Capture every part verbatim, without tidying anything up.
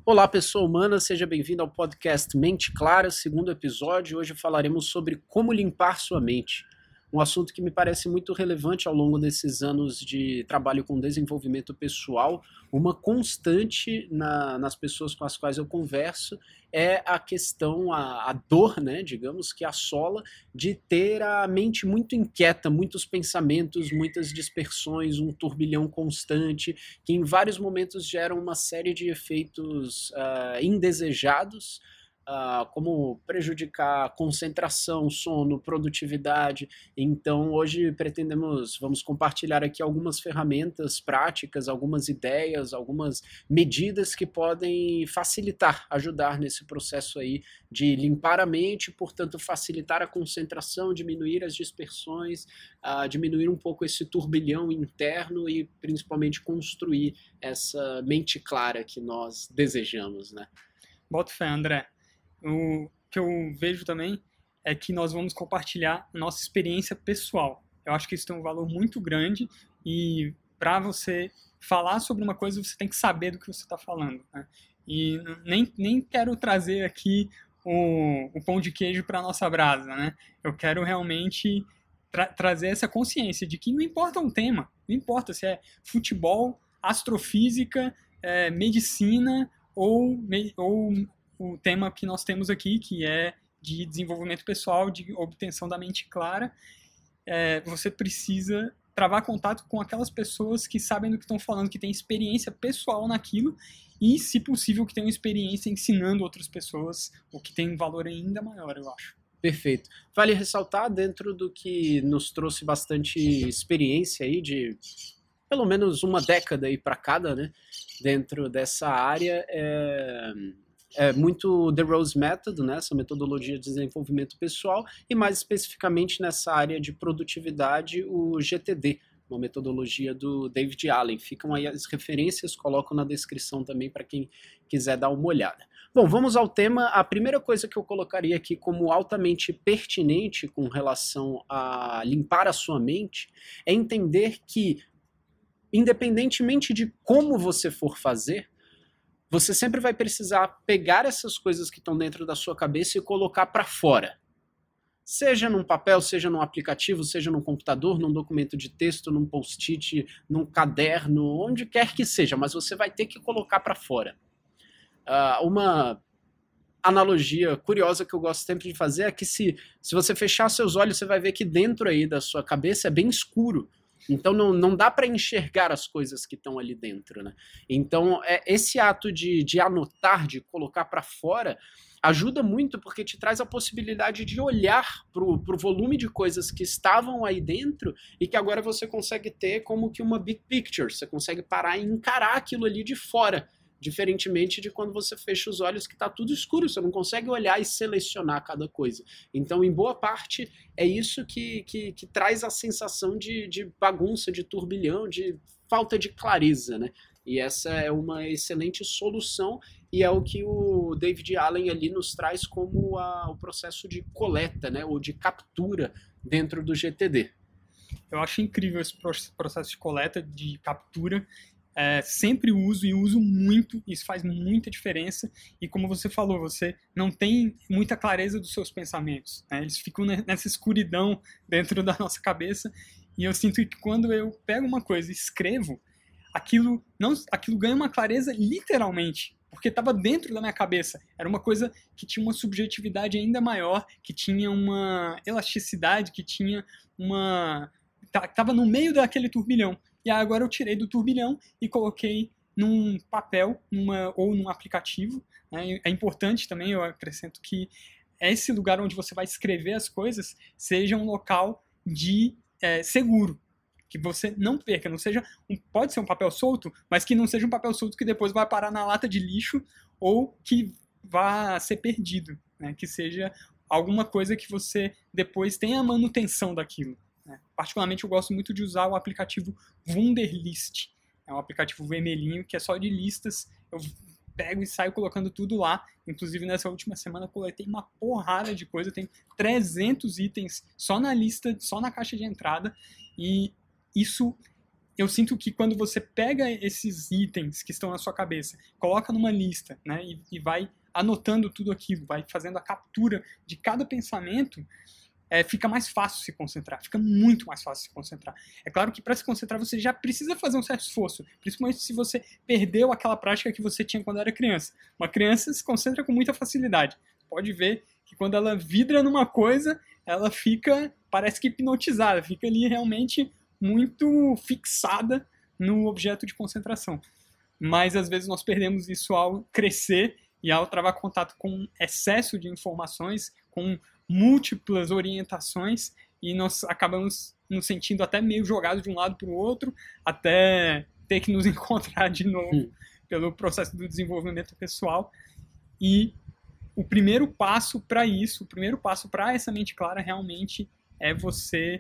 Olá, pessoa humana, seja bem-vindo ao podcast Mente Clara, segundo episódio. Hoje falaremos sobre como limpar sua mente. Um assunto que me parece muito relevante ao longo desses anos de trabalho com desenvolvimento pessoal. Uma constante na, nas pessoas com as quais eu converso é a questão, a, a dor, né, digamos, que assola de ter a mente muito inquieta, muitos pensamentos, muitas dispersões, um turbilhão constante, que em vários momentos geram uma série de efeitos uh, indesejados, Uh, como prejudicar a concentração, sono, produtividade. Então, hoje pretendemos, vamos compartilhar aqui algumas ferramentas práticas, algumas ideias, algumas medidas que podem facilitar, ajudar nesse processo aí de limpar a mente, portanto, facilitar a concentração, diminuir as dispersões, uh, diminuir um pouco esse turbilhão interno e, principalmente, construir essa mente clara que nós desejamos, né? Boto fé, André. O que eu vejo também é que nós vamos compartilhar nossa experiência pessoal. Eu acho que isso tem um valor muito grande e para você falar sobre uma coisa, você tem que saber do que você está falando, né? E nem, nem quero trazer aqui o, o pão de queijo para a nossa brasa, né? Eu quero realmente tra- trazer essa consciência de que não importa um tema, não importa se é futebol, astrofísica, é, medicina ou, ou o tema que nós temos aqui, que é de desenvolvimento pessoal, de obtenção da mente clara, é, você precisa travar contato com aquelas pessoas que sabem do que estão falando, que têm experiência pessoal naquilo e, se possível, que tenham experiência ensinando outras pessoas, o que tem um valor ainda maior, eu acho. Perfeito. Vale ressaltar, dentro do que nos trouxe bastante experiência aí de pelo menos uma década aí para cada, né, dentro dessa área, é... é muito The Rose Method, né, essa metodologia de desenvolvimento pessoal, e mais especificamente nessa área de produtividade, o G T D, uma metodologia do David Allen. Ficam aí as referências, coloco na descrição também para quem quiser dar uma olhada. Bom, vamos ao tema. A primeira coisa que eu colocaria aqui como altamente pertinente com relação a limpar a sua mente é entender que, independentemente de como você for fazer, você sempre vai precisar pegar essas coisas que estão dentro da sua cabeça e colocar para fora. Seja num papel, seja num aplicativo, seja num computador, num documento de texto, num post-it, num caderno, onde quer que seja, mas você vai ter que colocar para fora. Uh, uma analogia curiosa que eu gosto sempre de fazer é que se, se você fechar seus olhos, você vai ver que dentro aí da sua cabeça é bem escuro. Então não, não dá para enxergar as coisas que estão ali dentro, né? Então é, esse ato de, de anotar, de colocar para fora, ajuda muito porque te traz a possibilidade de olhar para o volume de coisas que estavam aí dentro e que agora você consegue ter como que uma big picture, você consegue parar e encarar aquilo ali de fora. Diferentemente de quando você fecha os olhos que está tudo escuro, você não consegue olhar e selecionar cada coisa. Então, em boa parte, é isso que, que, que traz a sensação de, de bagunça, de turbilhão, de falta de clareza, né? E essa é uma excelente solução e é o que o David Allen ali nos traz como a, o processo de coleta, né? Ou de captura dentro do G T D. Eu acho incrível esse processo de coleta, de captura. É, sempre uso e uso muito, isso faz muita diferença e como você falou, você não tem muita clareza dos seus pensamentos, né? Eles ficam nessa escuridão dentro da nossa cabeça e eu sinto que quando eu pego uma coisa e escrevo, aquilo, não, aquilo ganha uma clareza literalmente, porque estava dentro da minha cabeça, era uma coisa que tinha uma subjetividade ainda maior, que tinha uma elasticidade, que tinha uma... estava no meio daquele turbilhão. E agora eu tirei do turbilhão e coloquei num papel numa, ou num aplicativo. Né? É importante também, eu acrescento que esse lugar onde você vai escrever as coisas seja um local de é, seguro. Que você não perca, não seja um, pode ser um papel solto, mas que não seja um papel solto que depois vai parar na lata de lixo ou que vá ser perdido. Né? Que seja alguma coisa que você depois tenha a manutenção daquilo. É, particularmente eu gosto muito de usar o aplicativo Wunderlist. É um aplicativo vermelhinho que é só de listas. Eu pego e saio colocando tudo lá. Inclusive nessa última semana eu coletei uma porrada de coisa. Tem trezentos itens só na lista, só na caixa de entrada. E isso eu sinto que quando você pega esses itens que estão na sua cabeça, coloca numa lista, né, e, e vai anotando tudo aquilo, vai fazendo a captura de cada pensamento, é, fica mais fácil se concentrar, fica muito mais fácil se concentrar. É claro que para se concentrar você já precisa fazer um certo esforço, principalmente se você perdeu aquela prática que você tinha quando era criança. Uma criança se concentra com muita facilidade. Pode ver que quando ela vidra numa coisa, ela fica, parece que hipnotizada, fica ali realmente muito fixada no objeto de concentração. Mas às vezes nós perdemos isso ao crescer e ao travar contato com excesso de informações, com múltiplas orientações, e nós acabamos nos sentindo até meio jogados de um lado para o outro, até ter que nos encontrar de novo hum. pelo processo do desenvolvimento pessoal. E o primeiro passo para isso, o primeiro passo para essa mente clara realmente é você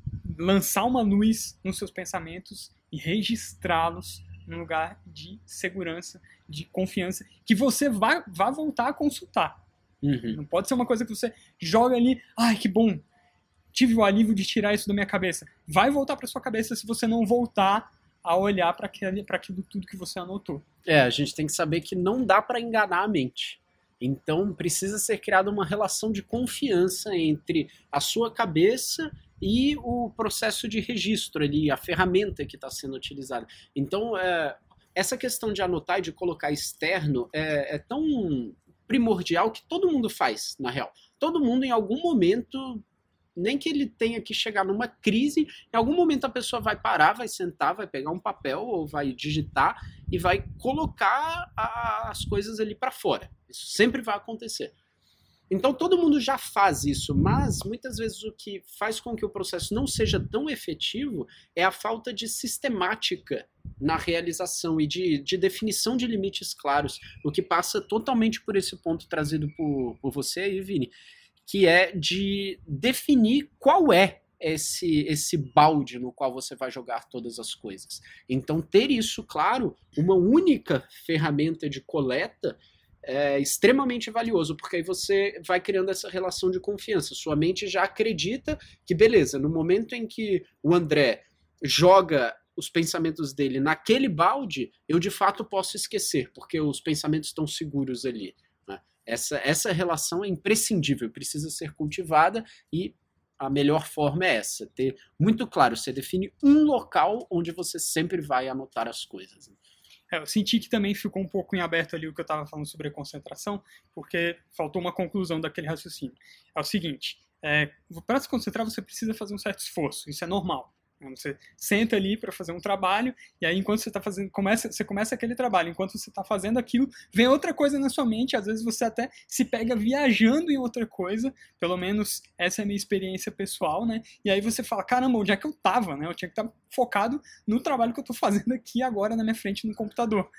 lançar uma luz nos seus pensamentos e registrá-los num lugar de segurança, de confiança, que você vai, vai voltar a consultar. Uhum. Não pode ser uma coisa que você joga ali, ai, que bom, tive o alívio de tirar isso da minha cabeça. Vai voltar para sua cabeça se você não voltar a olhar para aquilo, para aquilo tudo que você anotou. É, a gente tem que saber que não dá para enganar a mente. Então precisa ser criada uma relação de confiança entre a sua cabeça e o processo de registro ali, a ferramenta que está sendo utilizada. Então, é, essa questão de anotar e de colocar externo é, é tão primordial que todo mundo faz, na real. Todo mundo, em algum momento, nem que ele tenha que chegar numa crise, em algum momento a pessoa vai parar, vai sentar, vai pegar um papel ou vai digitar e vai colocar a, as coisas ali para fora. Isso sempre vai acontecer. Então todo mundo já faz isso, mas muitas vezes o que faz com que o processo não seja tão efetivo é a falta de sistemática na realização e de, de definição de limites claros, o que passa totalmente por esse ponto trazido por, por você aí, Vini, que é de definir qual é esse, esse balde no qual você vai jogar todas as coisas. Então ter isso claro, uma única ferramenta de coleta, é extremamente valioso, porque aí você vai criando essa relação de confiança. Sua mente já acredita que, beleza, no momento em que o André joga os pensamentos dele naquele balde, eu de fato posso esquecer, porque os pensamentos estão seguros ali. Né? Essa, essa relação é imprescindível, precisa ser cultivada e a melhor forma é essa, ter muito claro, você define um local onde você sempre vai anotar as coisas. Né? É, eu senti que também ficou um pouco em aberto ali o que eu estava falando sobre a concentração, porque faltou uma conclusão daquele raciocínio. É o seguinte, é, para se concentrar você precisa fazer um certo esforço, isso é normal. Você senta ali para fazer um trabalho, e aí enquanto você está fazendo, começa, você começa aquele trabalho, enquanto você está fazendo aquilo, vem outra coisa na sua mente, às vezes você até se pega viajando em outra coisa, pelo menos essa é a minha experiência pessoal, né? E aí você fala, caramba, onde é que eu estava, né? Eu tinha que estar focado no trabalho que eu estou fazendo aqui agora na minha frente no computador.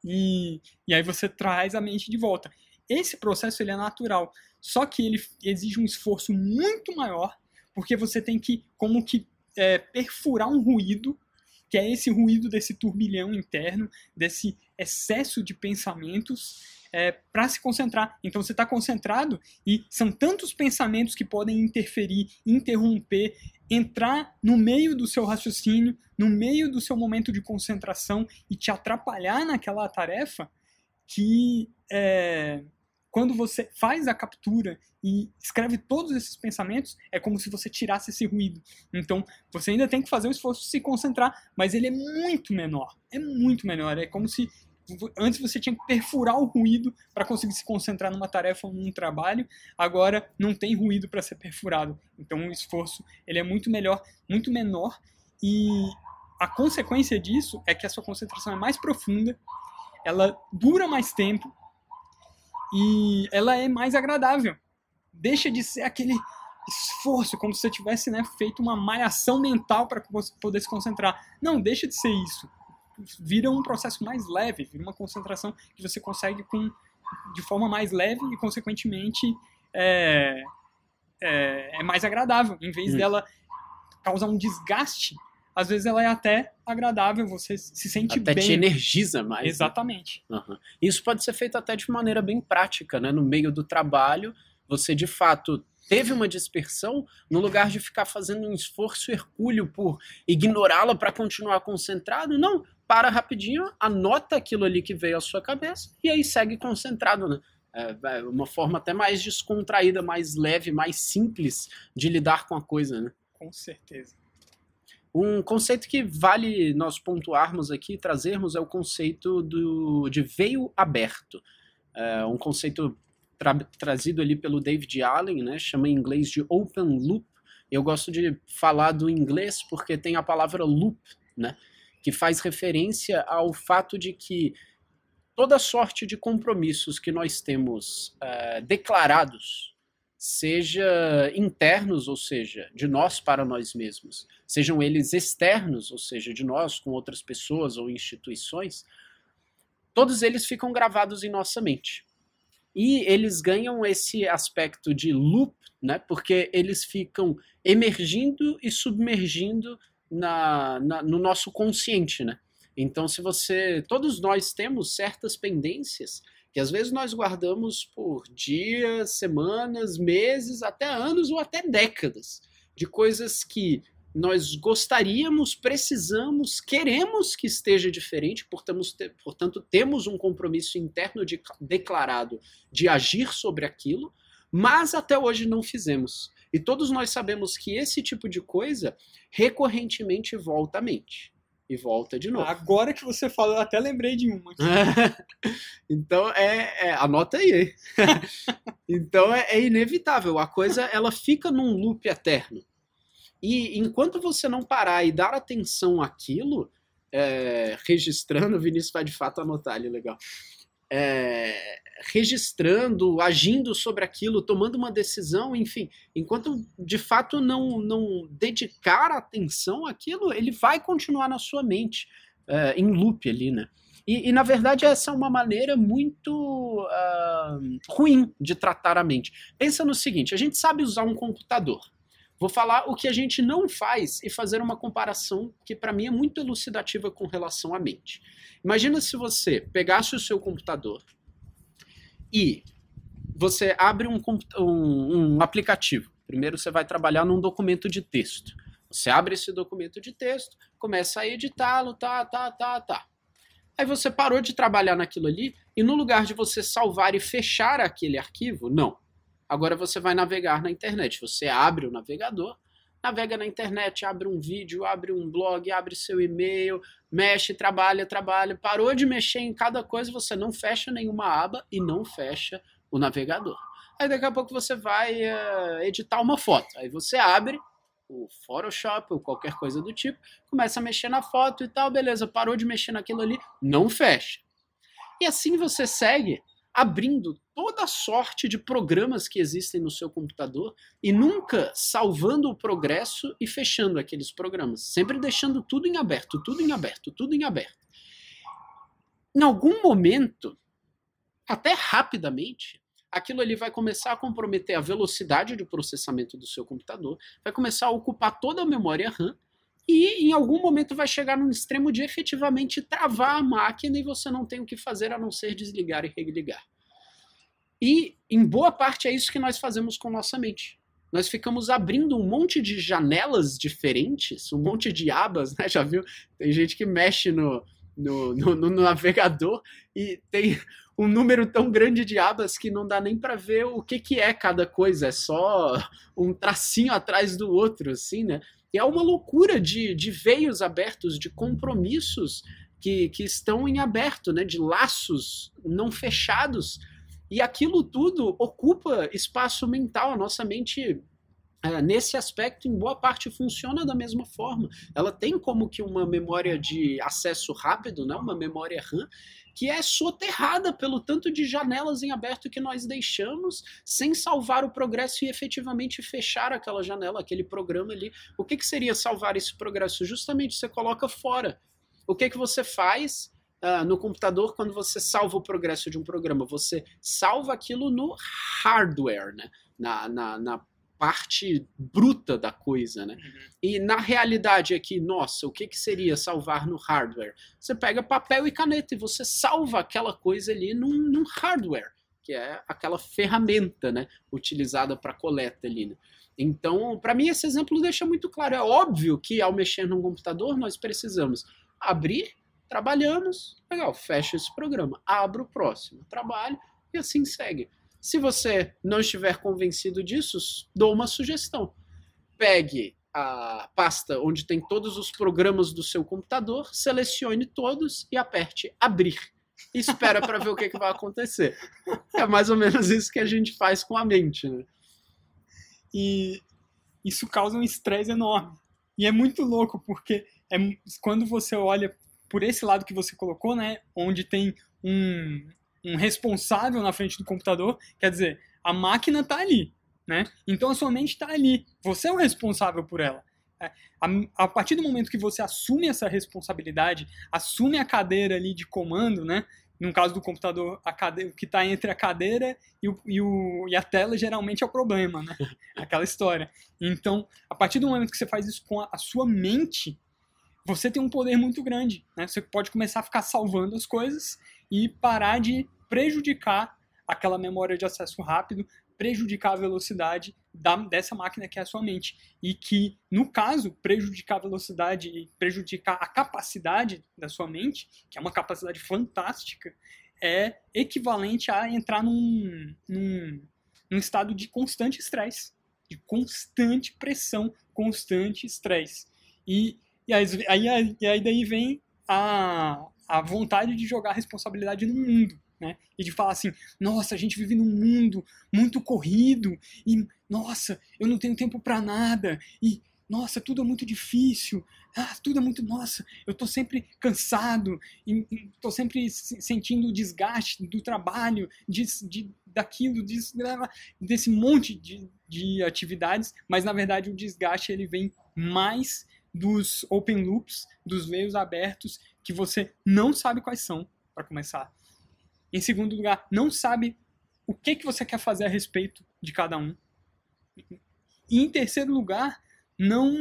E, e aí você traz a mente de volta. Esse processo ele é natural, só que ele exige um esforço muito maior, porque você tem que, como que É, perfurar um ruído, que é esse ruído desse turbilhão interno, desse excesso de pensamentos, é, para se concentrar. Então você está concentrado e são tantos pensamentos que podem interferir, interromper, entrar no meio do seu raciocínio, no meio do seu momento de concentração e te atrapalhar naquela tarefa, que é, quando você faz a captura e escreve todos esses pensamentos, é como se você tirasse esse ruído. Então, você ainda tem que fazer um esforço de se concentrar, mas ele é muito menor. É muito menor. É como se antes você tinha que perfurar o ruído para conseguir se concentrar numa tarefa ou num trabalho. Agora, não tem ruído para ser perfurado. Então, o esforço ele é muito melhor, muito menor. E a consequência disso é que a sua concentração é mais profunda, ela dura mais tempo, e ela é mais agradável. Deixa de ser aquele esforço, como se você tivesse, né, feito uma malhação mental para poder se concentrar. Não, deixa de ser isso. Vira um processo mais leve, vira uma concentração que você consegue com, de forma mais leve e, consequentemente, é, é, é mais agradável. Em vez hum. dela causar um desgaste, às vezes ela é até agradável, você se sente até bem. Até te energiza mais. Exatamente. Né? Uhum. Isso pode ser feito até de maneira bem prática, né? No meio do trabalho, você de fato teve uma dispersão, no lugar de ficar fazendo um esforço hercúleo por ignorá-la para continuar concentrado, não, para rapidinho, anota aquilo ali que veio à sua cabeça e aí segue concentrado, né? É uma forma até mais descontraída, mais leve, mais simples de lidar com a coisa, né? Com certeza. Um conceito que vale nós pontuarmos aqui, trazermos, é o conceito do, de veio aberto. É um conceito tra trazido ali pelo David Allen, né? Chama em inglês de open loop. Eu gosto de falar do inglês porque tem a palavra loop, né? Que faz referência ao fato de que toda sorte de compromissos que nós temos uh, declarados, seja internos, ou seja, de nós para nós mesmos, sejam eles externos, ou seja, de nós com outras pessoas ou instituições, todos eles ficam gravados em nossa mente. E eles ganham esse aspecto de loop, né, porque eles ficam emergindo e submergindo na, na, no nosso consciente, né? Então, se você... Todos nós temos certas pendências que às vezes nós guardamos por dias, semanas, meses, até anos ou até décadas, de coisas que nós gostaríamos, precisamos, queremos que esteja diferente, portanto, temos um compromisso interno de, declarado de agir sobre aquilo, mas até hoje não fizemos. E todos nós sabemos que esse tipo de coisa recorrentemente volta à mente. E volta de novo. Agora que você falou, eu até lembrei de uma. Então, é, é, anota aí. Então, é, é inevitável. A coisa, ela fica num loop eterno. E enquanto você não parar e dar atenção àquilo, é, registrando, o Vinícius vai de fato anotar ali, legal. É, registrando, agindo sobre aquilo, tomando uma decisão, enfim, enquanto de fato não, não dedicar atenção àquilo, ele vai continuar na sua mente, é, em loop ali, né? E, e na verdade essa é uma maneira muito uh, ruim de tratar a mente. Pensa no seguinte, a gente sabe usar um computador. Vou falar o que a gente não faz e fazer uma comparação que para mim é muito elucidativa com relação à mente. Imagina se você pegasse o seu computador e você abre um, um, um aplicativo. Primeiro você vai trabalhar num documento de texto. Você abre esse documento de texto, começa a editá-lo, tá, tá, tá, tá. Aí você parou de trabalhar naquilo ali e no lugar de você salvar e fechar aquele arquivo, não. Agora você vai navegar na internet. Você abre o navegador, navega na internet, abre um vídeo, abre um blog, abre seu e-mail, mexe, trabalha, trabalha. Parou de mexer em cada coisa, você não fecha nenhuma aba e não fecha o navegador. Aí daqui a pouco você vai uh, editar uma foto. Aí você abre o Photoshop ou qualquer coisa do tipo, começa a mexer na foto e tal, beleza, parou de mexer naquilo ali, não fecha. E assim você segue abrindo toda a sorte de programas que existem no seu computador e nunca salvando o progresso e fechando aqueles programas. Sempre deixando tudo em aberto, tudo em aberto, tudo em aberto. Em algum momento, até rapidamente, aquilo ali vai começar a comprometer a velocidade de processamento do seu computador, vai começar a ocupar toda a memória RAM e em algum momento vai chegar num extremo de efetivamente travar a máquina e você não tem o que fazer a não ser desligar e religar. E, em boa parte, é isso que nós fazemos com nossa mente. Nós ficamos abrindo um monte de janelas diferentes, um monte de abas, né? Já viu? Tem gente que mexe no, no, no, no navegador e tem um número tão grande de abas que não dá nem para ver o que, que é cada coisa. É só um tracinho atrás do outro, assim, né? E é uma loucura de, de veios abertos, de compromissos que, que estão em aberto, né? De laços não fechados. E aquilo tudo ocupa espaço mental. A nossa mente, é, nesse aspecto, em boa parte, funciona da mesma forma. Ela tem como que uma memória de acesso rápido, né? Uma memória RAM, que é soterrada pelo tanto de janelas em aberto que nós deixamos sem salvar o progresso e efetivamente fechar aquela janela, aquele programa ali. O que, que seria salvar esse progresso? Justamente, você coloca fora. O que, que você faz uh, no computador quando você salva o progresso de um programa? Você salva aquilo no hardware, né? na, na, na parte bruta da coisa, né? Uhum. E na realidade aqui, nossa, o que, que seria salvar no hardware? Você pega papel e caneta e você salva aquela coisa ali num, num hardware, que é aquela ferramenta, né, utilizada para coleta ali, né? Então, para mim, esse exemplo deixa muito claro. É óbvio que, ao mexer num computador, nós precisamos abrir, trabalhamos, legal, fecha esse programa, abro o próximo, trabalho, e assim segue. Se você não estiver convencido disso, dou uma sugestão. Pegue a pasta onde tem todos os programas do seu computador, selecione todos e aperte abrir. E espera para ver o que, que vai acontecer. É mais ou menos isso que a gente faz com a mente, né? E isso causa um estresse enorme. E é muito louco, porque é, quando você olha por esse lado que você colocou, né, onde tem um, um responsável na frente do computador, quer dizer, a máquina está ali, né? Então a sua mente está ali, você é o responsável por ela. A, a partir do momento que você assume essa responsabilidade, assume a cadeira ali de comando, né? No caso do computador, a cadeira, o que está entre a cadeira e, o, e, o, e a tela geralmente é o problema, né? Aquela história. Então, a partir do momento que você faz isso com a, a sua mente, você tem um poder muito grande, né? Você pode começar a ficar salvando as coisas e parar de prejudicar aquela memória de acesso rápido, prejudicar a velocidade da, dessa máquina que é a sua mente. E que, no caso, prejudicar a velocidade e prejudicar a capacidade da sua mente, que é uma capacidade fantástica, é equivalente a entrar num, num, num estado de constante estresse, de constante pressão, constante estresse. E, e, aí, aí, e aí daí vem a, a vontade de jogar a responsabilidade no mundo. Né? E de falar assim, nossa, a gente vive num mundo muito corrido e, nossa, eu não tenho tempo para nada e, nossa, tudo é muito difícil, ah, tudo é muito, nossa, eu tô sempre cansado e, e tô sempre sentindo o desgaste do trabalho, de, de, daquilo, disso, desse monte de, de atividades, mas na verdade o desgaste ele vem mais dos open loops, dos meios abertos que você não sabe quais são, para começar. Em segundo lugar, não sabe o que, que você quer fazer a respeito de cada um. E em terceiro lugar, não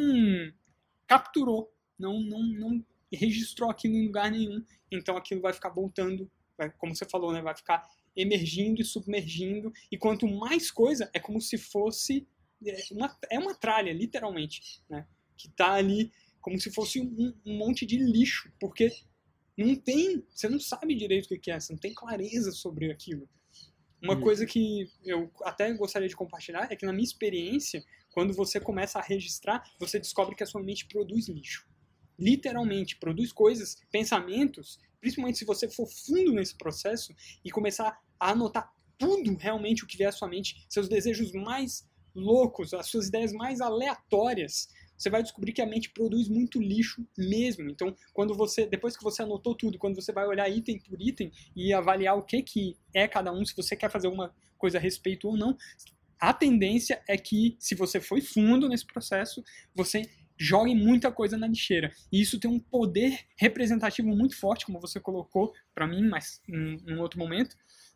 capturou, não, não, não registrou aquilo em lugar nenhum. Então aquilo vai ficar voltando, vai, como você falou, né, vai ficar emergindo e submergindo. E quanto mais coisa, é como se fosse uma, é uma tralha, literalmente, né, que está ali como se fosse um, um monte de lixo, porque não tem, você não sabe direito o que é, você não tem clareza sobre aquilo. Uma hum. coisa que eu até gostaria de compartilhar é que na minha experiência, quando você começa a registrar, você descobre que a sua mente produz lixo. Literalmente, produz coisas, pensamentos, principalmente se você for fundo nesse processo e começar a anotar tudo realmente o que vier à sua mente, seus desejos mais loucos, as suas ideias mais aleatórias, você vai descobrir que a mente produz muito lixo mesmo. Então, quando você, depois que você anotou tudo, quando você vai olhar item por item e avaliar o que, que é cada um, se você quer fazer alguma coisa a respeito ou não, a tendência é que, se você foi fundo nesse processo, você jogue muita coisa na lixeira. E isso tem um poder representativo muito forte, como você colocou para mim, mas em um outro momento,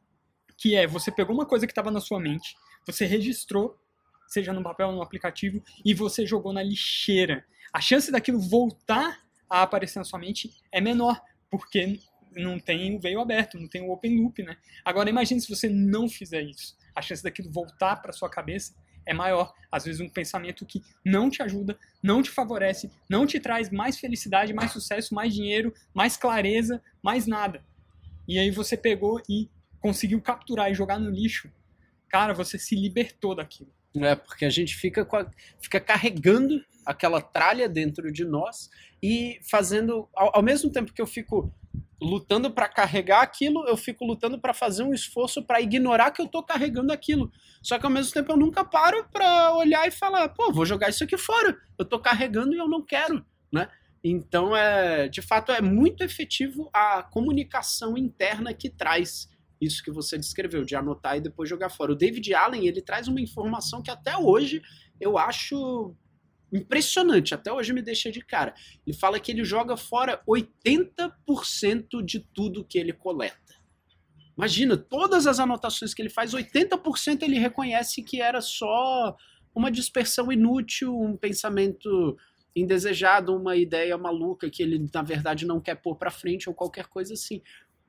que é, você pegou uma coisa que estava na sua mente, você registrou, seja no papel ou no aplicativo, e você jogou na lixeira. A chance daquilo voltar a aparecer na sua mente é menor, porque não tem o veio aberto, não tem o open loop, né? Agora, imagine se você não fizer isso. A chance daquilo voltar para sua cabeça é maior. Às vezes um pensamento que não te ajuda, não te favorece, não te traz mais felicidade, mais sucesso, mais dinheiro, mais clareza, mais nada. E aí você pegou e conseguiu capturar e jogar no lixo. Cara, você se libertou daquilo. É, porque a gente fica, com a, fica carregando aquela tralha dentro de nós e fazendo, ao, ao mesmo tempo que eu fico lutando para carregar aquilo, eu fico lutando para fazer um esforço para ignorar que eu tô carregando aquilo. Só que ao mesmo tempo eu nunca paro para olhar e falar, pô, vou jogar isso aqui fora. Eu tô carregando e eu não quero, né? Então, é, de fato, é muito efetivo a comunicação interna que traz isso que você descreveu, de anotar e depois jogar fora. O David Allen, ele traz uma informação que até hoje eu acho impressionante, até hoje me deixa de cara. Ele fala que ele joga fora oitenta por cento de tudo que ele coleta. Imagina, todas as anotações que ele faz, oitenta por cento ele reconhece que era só uma dispersão inútil, um pensamento indesejado, uma ideia maluca que ele, na verdade, não quer pôr pra frente ou qualquer coisa assim.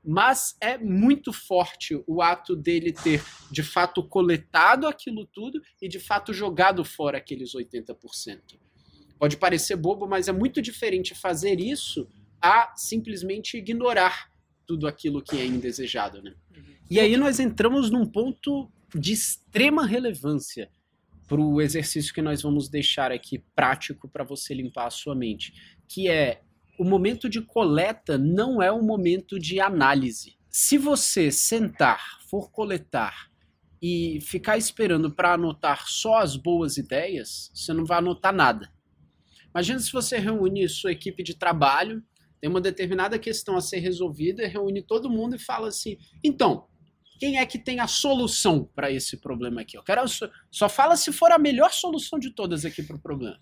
mas é muito forte o ato dele ter, de fato, coletado aquilo tudo e, de fato, jogado fora aqueles oitenta por cento. Pode parecer bobo, mas é muito diferente fazer isso a simplesmente ignorar tudo aquilo que é indesejado, né? Uhum. E aí nós entramos num ponto de extrema relevância para o exercício que nós vamos deixar aqui prático para você limpar a sua mente, que é o momento de coleta não é um momento de análise. Se você sentar, for coletar e ficar esperando para anotar só as boas ideias, você não vai anotar nada. Imagina se você reúne sua equipe de trabalho, tem uma determinada questão a ser resolvida, reúne todo mundo e fala assim, então, quem é que tem a solução para esse problema aqui? Eu quero só, só fala se for a melhor solução de todas aqui para o problema.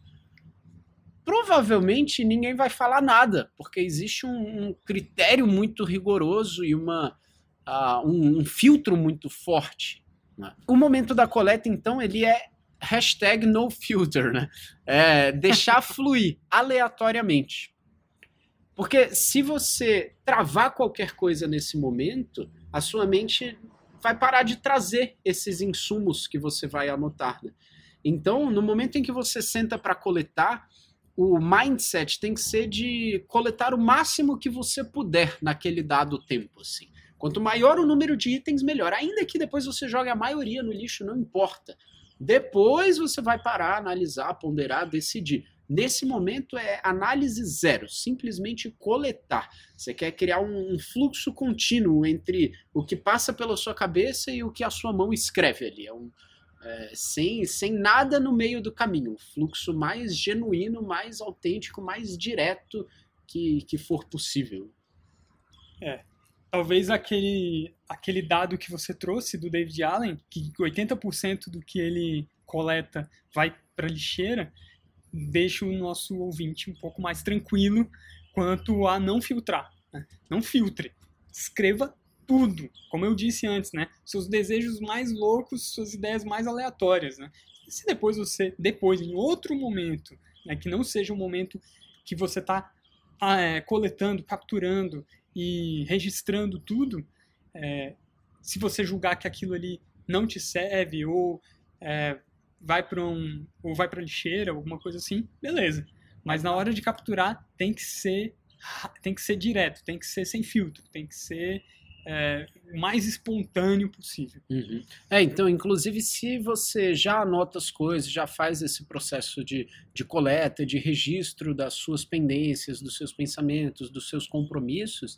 Provavelmente ninguém vai falar nada, porque existe um, um critério muito rigoroso e uma, uh, um, um filtro muito forte. Né? O momento da coleta, então, ele é hashtag no filter, né? É deixar fluir aleatoriamente. Porque se você travar qualquer coisa nesse momento, a sua mente vai parar de trazer esses insumos que você vai anotar. Né? Então, no momento em que você senta para coletar, o mindset tem que ser de coletar o máximo que você puder naquele dado tempo. Assim. Quanto maior o número de itens, melhor. Ainda que depois você jogue a maioria no lixo, não importa. Depois você vai parar, analisar, ponderar, decidir. Nesse momento é análise zero, simplesmente coletar. Você quer criar um, um fluxo contínuo entre o que passa pela sua cabeça e o que a sua mão escreve ali. É um, é, sem, sem nada no meio do caminho. Um fluxo mais genuíno, mais autêntico, mais direto que, que for possível. É. Talvez aquele, aquele dado que você trouxe do David Allen, que oitenta por cento do que ele coleta vai para a lixeira, deixa o nosso ouvinte um pouco mais tranquilo quanto a não filtrar. Né? Não filtre. Escreva tudo. Como eu disse antes, né? Seus desejos mais loucos, suas ideias mais aleatórias. Né? E se depois você, depois, em outro momento, né, que não seja um momento que você está é, coletando, capturando e registrando tudo, é, se você julgar que aquilo ali não te serve ou é, vai para um, ou vai para lixeira, alguma coisa assim, beleza. Mas na hora de capturar tem que ser tem que ser direto, tem que ser sem filtro, tem que ser é, o mais espontâneo possível. Uhum. É, então, inclusive, se você já anota as coisas, já faz esse processo de, de coleta, de registro das suas pendências, dos seus pensamentos, dos seus compromissos,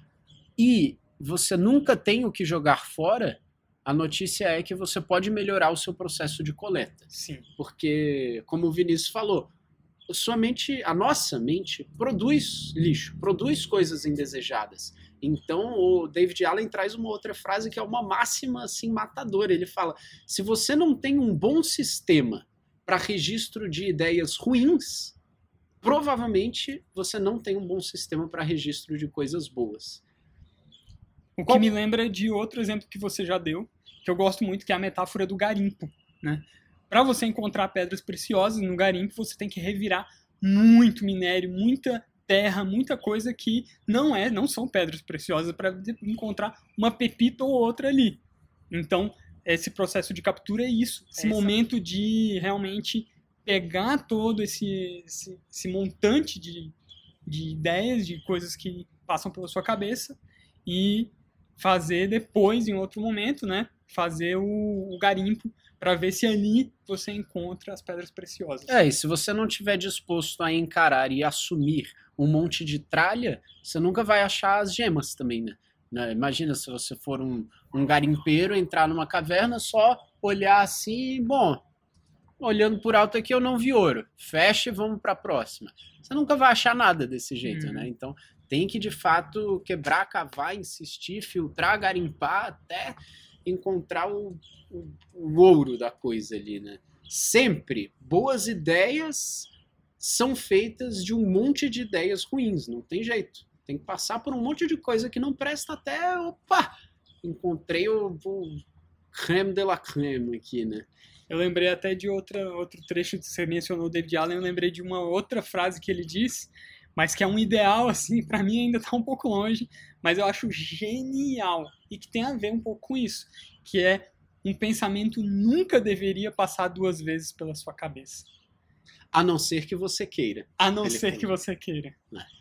e você nunca tem o que jogar fora, a notícia é que você pode melhorar o seu processo de coleta. Sim. Porque, como o Vinícius falou, sua mente, a nossa mente, produz lixo, produz coisas indesejadas. Então, o David Allen traz uma outra frase que é uma máxima assim, matadora. Ele fala, se você não tem um bom sistema para registro de ideias ruins, provavelmente você não tem um bom sistema para registro de coisas boas. O que me lembra de outro exemplo que você já deu, que eu gosto muito, que é a metáfora do garimpo. Né? Para você encontrar pedras preciosas no garimpo, você tem que revirar muito minério, muita terra, muita coisa que não é, não são pedras preciosas para encontrar uma pepita ou outra ali. Então, esse processo de captura é isso, esse é momento essa... de realmente pegar todo esse, esse, esse montante de, de ideias, de coisas que passam pela sua cabeça e fazer depois, em outro momento, né, fazer o, o garimpo para ver se ali você encontra as pedras preciosas. É, e se você não estiver disposto a encarar e assumir um monte de tralha, você nunca vai achar as gemas também, né? né? Imagina se você for um, um garimpeiro, entrar numa caverna, só olhar assim, bom, olhando por alto aqui eu não vi ouro, fecha e vamos para a próxima. Você nunca vai achar nada desse jeito, hum. né? Então tem que, de fato, quebrar, cavar, insistir, filtrar, garimpar, até encontrar o, o, o ouro da coisa ali, né? Sempre, boas ideias são feitas de um monte de ideias ruins, não tem jeito. Tem que passar por um monte de coisa que não presta até, opa, encontrei o, o creme de la creme aqui, né? Eu lembrei até de outra, outro trecho que você mencionou, o David Allen, eu lembrei de uma outra frase que ele disse, mas que é um ideal, assim, para mim ainda está um pouco longe, mas eu acho genial e que tem a ver um pouco com isso, que é um pensamento nunca deveria passar duas vezes pela sua cabeça. A não ser que você queira. A não ser que você queira.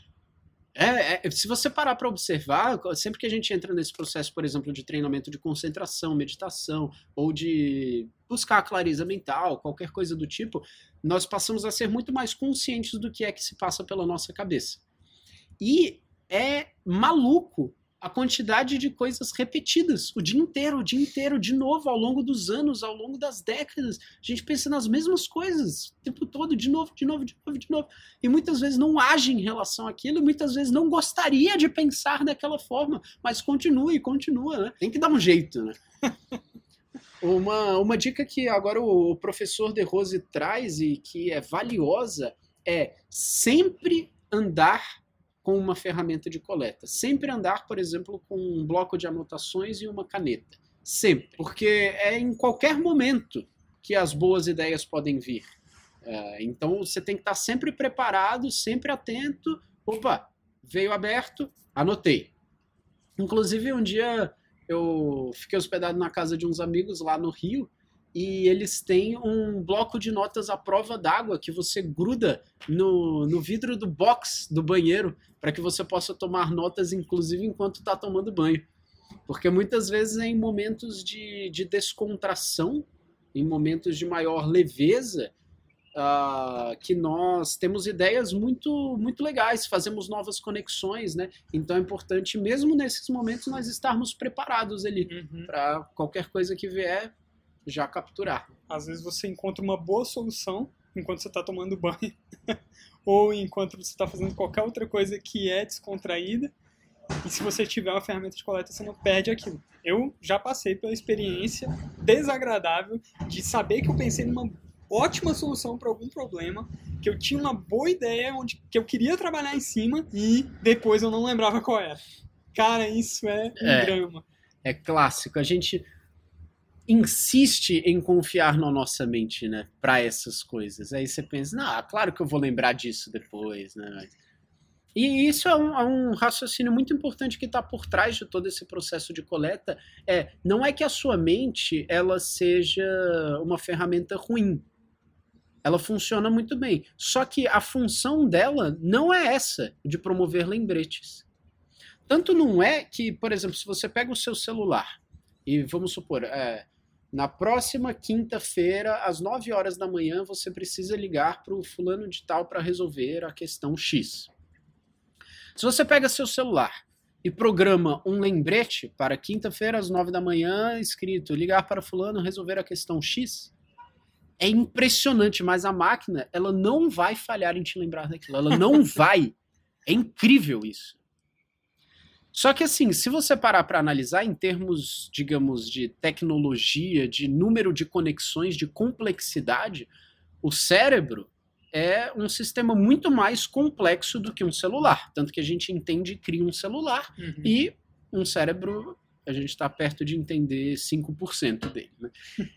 É, é, se você parar para observar, sempre que a gente entra nesse processo, por exemplo, de treinamento de concentração, meditação, ou de buscar a clareza mental, qualquer coisa do tipo, nós passamos a ser muito mais conscientes do que é que se passa pela nossa cabeça. E é maluco a quantidade de coisas repetidas o dia inteiro, o dia inteiro, de novo, ao longo dos anos, ao longo das décadas. A gente pensa nas mesmas coisas o tempo todo, de novo, de novo, de novo, de novo. E muitas vezes não age em relação àquilo, e muitas vezes não gostaria de pensar daquela forma, mas continua e continua, né? Tem que dar um jeito, né? Uma, uma dica que agora o professor De Rose traz e que é valiosa é sempre andar com uma ferramenta de coleta. Sempre andar, por exemplo, com um bloco de anotações e uma caneta. Sempre. Porque é em qualquer momento que as boas ideias podem vir. É, então você tem que estar sempre preparado, sempre atento. Opa, veio aberto, anotei. Inclusive, um dia eu fiquei hospedado na casa de uns amigos lá no Rio, e eles têm um bloco de notas à prova d'água que você gruda no, no vidro do box do banheiro para que você possa tomar notas, inclusive enquanto está tomando banho. Porque muitas vezes é em momentos de, de descontração, em momentos de maior leveza, uh, que nós temos ideias muito, muito legais, fazemos novas conexões, né? Então é importante, mesmo nesses momentos, nós estarmos preparados ali Uhum. para qualquer coisa que vier, já capturar. Às vezes você encontra uma boa solução enquanto você está tomando banho ou enquanto você está fazendo qualquer outra coisa que é descontraída, e se você tiver uma ferramenta de coleta, você não perde aquilo. Eu já passei pela experiência desagradável de saber que eu pensei numa ótima solução para algum problema, que eu tinha uma boa ideia onde, que eu queria trabalhar em cima e depois eu não lembrava qual era. Cara, isso é um é, drama. É clássico. A gente insiste em confiar na nossa mente, né, para essas coisas. Aí você pensa, não, claro que eu vou lembrar disso depois, né? E isso é um, é um raciocínio muito importante que está por trás de todo esse processo de coleta. É, não é que a sua mente ela seja uma ferramenta ruim. Ela funciona muito bem. Só que a função dela não é essa, de promover lembretes. Tanto não é que, por exemplo, se você pega o seu celular e vamos supor, é, na próxima quinta-feira, às nove horas da manhã, você precisa ligar para o fulano de tal para resolver a questão X. Se você pega seu celular e programa um lembrete para quinta-feira, às nove da manhã, escrito ligar para fulano resolver a questão X, é impressionante, mas a máquina ela não vai falhar em te lembrar daquilo. Ela não vai. É incrível isso. Só que assim, se você parar para analisar em termos, digamos, de tecnologia, de número de conexões, de complexidade, o cérebro é um sistema muito mais complexo do que um celular. Tanto que a gente entende e cria um celular, uhum. E um cérebro, a gente está perto de entender cinco por cento dele. Né?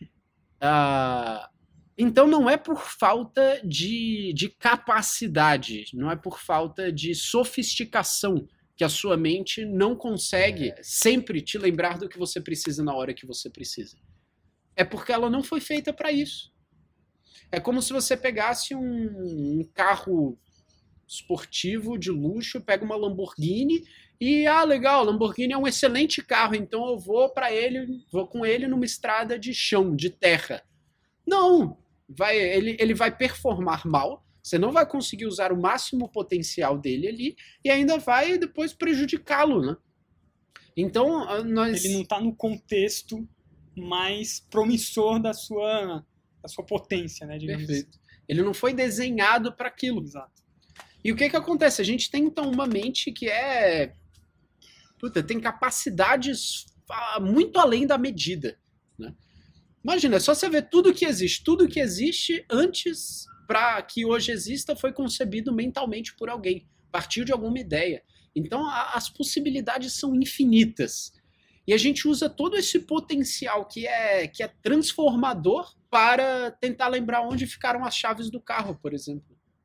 uh, então não é por falta de, de capacidade, não é por falta de sofisticação que a sua mente não consegue sempre te lembrar do que você precisa na hora que você precisa. É porque ela não foi feita para isso. É como se você pegasse um, um carro esportivo de luxo, pega uma Lamborghini e, ah, legal, Lamborghini é um excelente carro, então eu vou para ele, vou com ele numa estrada de chão, de terra. Não, vai, ele, ele vai performar mal. Você não vai conseguir usar o máximo potencial dele ali e ainda vai depois prejudicá-lo, né? Então, nós... Ele não está no contexto mais promissor da sua, da sua potência, né? Digamos. Perfeito. Ele não foi desenhado para aquilo. Exato. E o que que acontece? A gente tem, então, uma mente que é... Puta, tem capacidades muito além da medida, né? Imagina, é só você ver tudo que existe. Tudo que existe antes... para que hoje exista, foi concebido mentalmente por alguém, partiu de alguma ideia. Então, a, as possibilidades são infinitas. E a gente usa todo esse potencial que é, que é transformador para tentar lembrar onde ficaram as chaves do carro, por exemplo.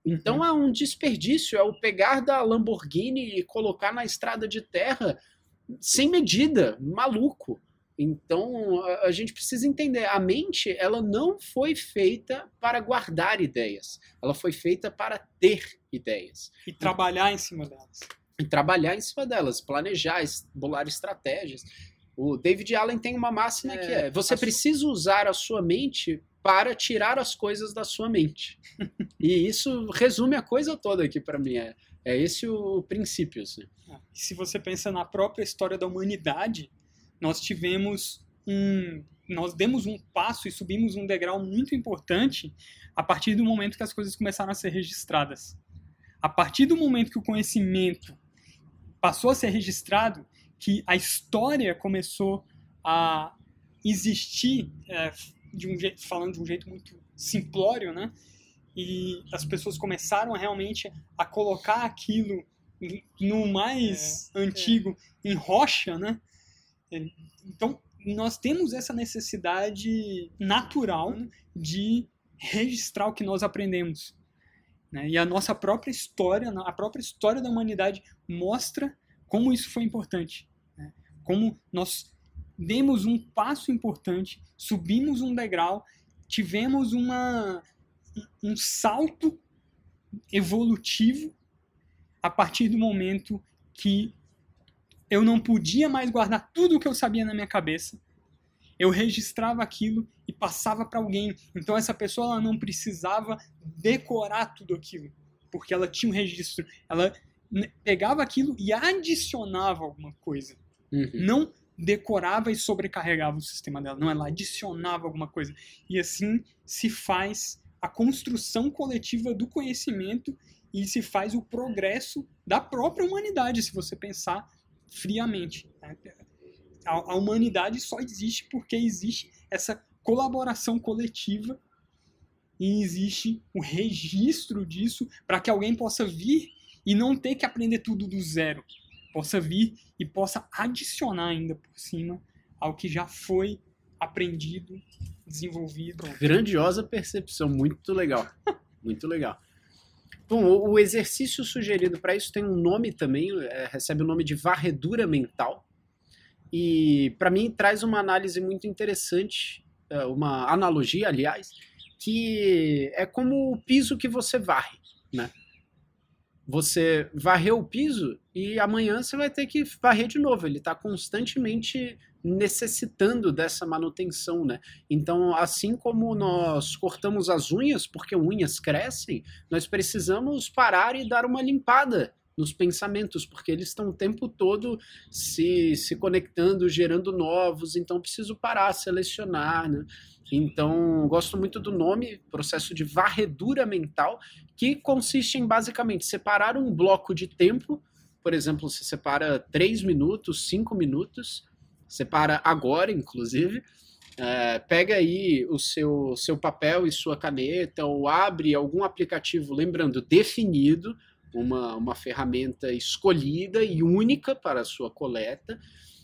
Então é um desperdício, é o pegar da Lamborghini e colocar na estrada de terra sem medida, maluco. Então a, a gente precisa entender, a mente ela não foi feita para guardar ideias, ela foi feita para ter ideias. E trabalhar em cima delas. E trabalhar em cima delas, planejar, bolar estratégias. O David Allen tem uma máxima é, que é, você precisa usar a sua mente para tirar as coisas da sua mente. E isso resume a coisa toda aqui para mim. É, é esse o princípio. Assim. E se você pensa na própria história da humanidade, nós tivemos um... Nós demos um passo e subimos um degrau muito importante a partir do momento que as coisas começaram a ser registradas. A partir do momento que o conhecimento passou a ser registrado, que a história começou a existir, é, de um jeito, falando de um jeito muito simplório, né? E as pessoas começaram a, realmente a colocar aquilo no mais é, antigo, é. em rocha, né? Então, nós temos essa necessidade natural de registrar o que nós aprendemos. Né? E a nossa própria história, a própria história da humanidade mostra como isso foi importante. Né? Como nós demos um passo importante, subimos um degrau, tivemos uma, um salto evolutivo a partir do momento que eu não podia mais guardar tudo o que eu sabia na minha cabeça. Eu registrava aquilo e passava para alguém. Então essa pessoa ela não precisava decorar tudo aquilo, porque ela tinha um registro. Ela pegava aquilo e adicionava alguma coisa. Uhum. Não decorava e sobrecarregava o sistema dela. Não, ela adicionava alguma coisa. E assim se faz a construção coletiva do conhecimento e se faz o progresso da própria humanidade, se você pensar friamente. A humanidade só existe porque existe essa colaboração coletiva e existe o registro disso para que alguém possa vir e não ter que aprender tudo do zero. Possa vir e possa adicionar ainda por cima ao que já foi aprendido, desenvolvido. Grandiosa percepção, muito legal. Muito legal. Bom, o exercício sugerido para isso tem um nome também, é, recebe o nome de varredura mental. E, para mim, traz uma análise muito interessante, uma analogia, aliás, que é como o piso que você varre, né? Você varreu o piso e amanhã você vai ter que varrer de novo. Ele está constantemente necessitando dessa manutenção, né? Então, assim como nós cortamos as unhas, porque unhas crescem, nós precisamos parar e dar uma limpada nos pensamentos, porque eles estão o tempo todo se, se conectando, gerando novos, então preciso parar, selecionar, né? Então, gosto muito do nome, processo de varredura mental, que consiste em basicamente separar um bloco de tempo, por exemplo, você separa três minutos, cinco minutos, separa agora, inclusive, é, pega aí o seu, seu papel e sua caneta, ou abre algum aplicativo, lembrando, definido, Uma, uma ferramenta escolhida e única para a sua coleta.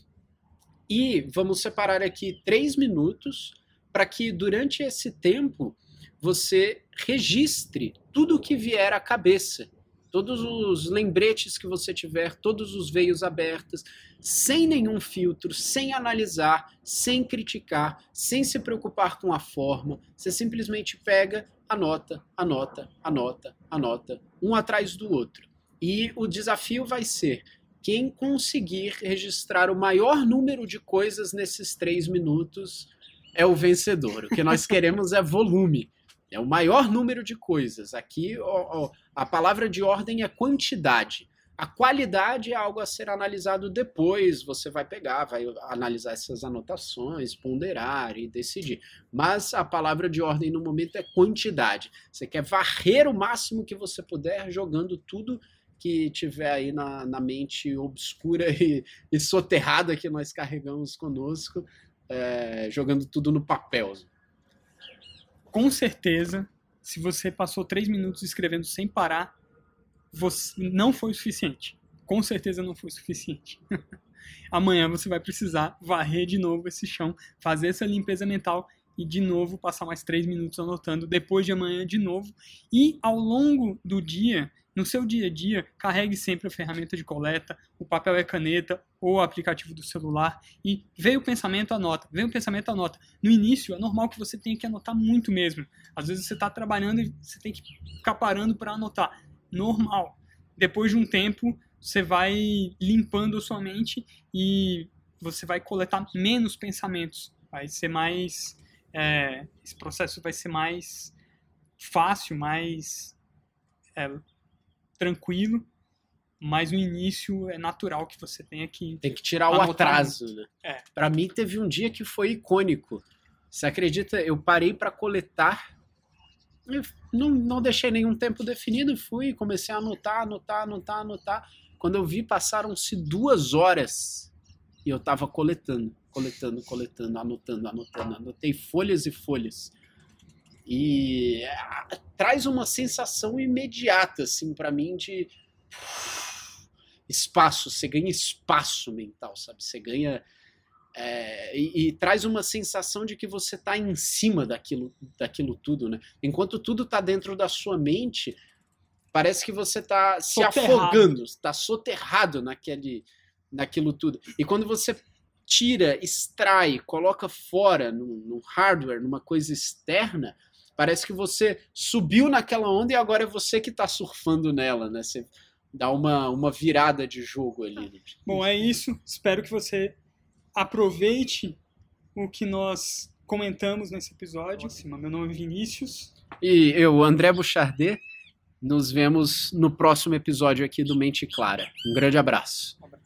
E vamos separar aqui três minutos para que durante esse tempo você registre tudo o que vier à cabeça, todos os lembretes que você tiver, todos os veios abertos, sem nenhum filtro, sem analisar, sem criticar, sem se preocupar com a forma. Você simplesmente pega, anota, anota, anota, anota, um atrás do outro. E o desafio vai ser quem conseguir registrar o maior número de coisas nesses três minutos é o vencedor. O que nós queremos é volume. É o maior número de coisas. Aqui ó, ó, a palavra de ordem é quantidade. A qualidade é algo a ser analisado depois. Você vai pegar, vai analisar essas anotações, ponderar e decidir. Mas a palavra de ordem no momento é quantidade. Você quer varrer o máximo que você puder, jogando tudo que tiver aí na, na mente obscura e, e soterrada que nós carregamos conosco, é, jogando tudo no papel. Com certeza, se você passou três minutos escrevendo sem parar, você não foi o suficiente. Com certeza não foi o suficiente. Amanhã você vai precisar varrer de novo esse chão, fazer essa limpeza mental e de novo passar mais três minutos anotando, depois de amanhã de novo. E ao longo do dia, no seu dia a dia, carregue sempre a ferramenta de coleta, o papel e caneta ou o aplicativo do celular e veio o pensamento, anota. Veio o pensamento, anota. No início, é normal que você tenha que anotar muito mesmo. Às vezes você está trabalhando e você tem que ficar parando para anotar. Normal. Depois de um tempo, você vai limpando a sua mente e você vai coletar menos pensamentos. Vai ser mais... É, esse processo vai ser mais fácil, mais... É, tranquilo, mas no início é natural que você tenha que... Tem que tirar o atraso, né? É. Pra mim teve um dia que foi icônico. Você acredita? Eu parei pra coletar, não, não deixei nenhum tempo definido, fui, comecei a anotar, anotar, anotar, anotar. Quando eu vi, passaram-se duas horas e eu tava coletando, coletando, coletando, anotando, anotando, anotei folhas e folhas. E é, traz uma sensação imediata, assim, pra mim, de espaço. Você ganha espaço mental, sabe? Você ganha... É, e, e traz uma sensação de que você tá em cima daquilo, daquilo tudo, né? Enquanto tudo tá dentro da sua mente, parece que você tá se afogando, tá soterrado naquele, naquilo tudo. E quando você tira, extrai, coloca fora num, num hardware, numa coisa externa, parece que você subiu naquela onda e agora é você que está surfando nela, né? Você dá uma, uma virada de jogo ali. Bom, é isso. Espero que você aproveite o que nós comentamos nesse episódio. Meu nome é Vinícius. E eu, André Bouchardet. Nos vemos no próximo episódio aqui do Mente Clara. Um grande abraço. Um abraço.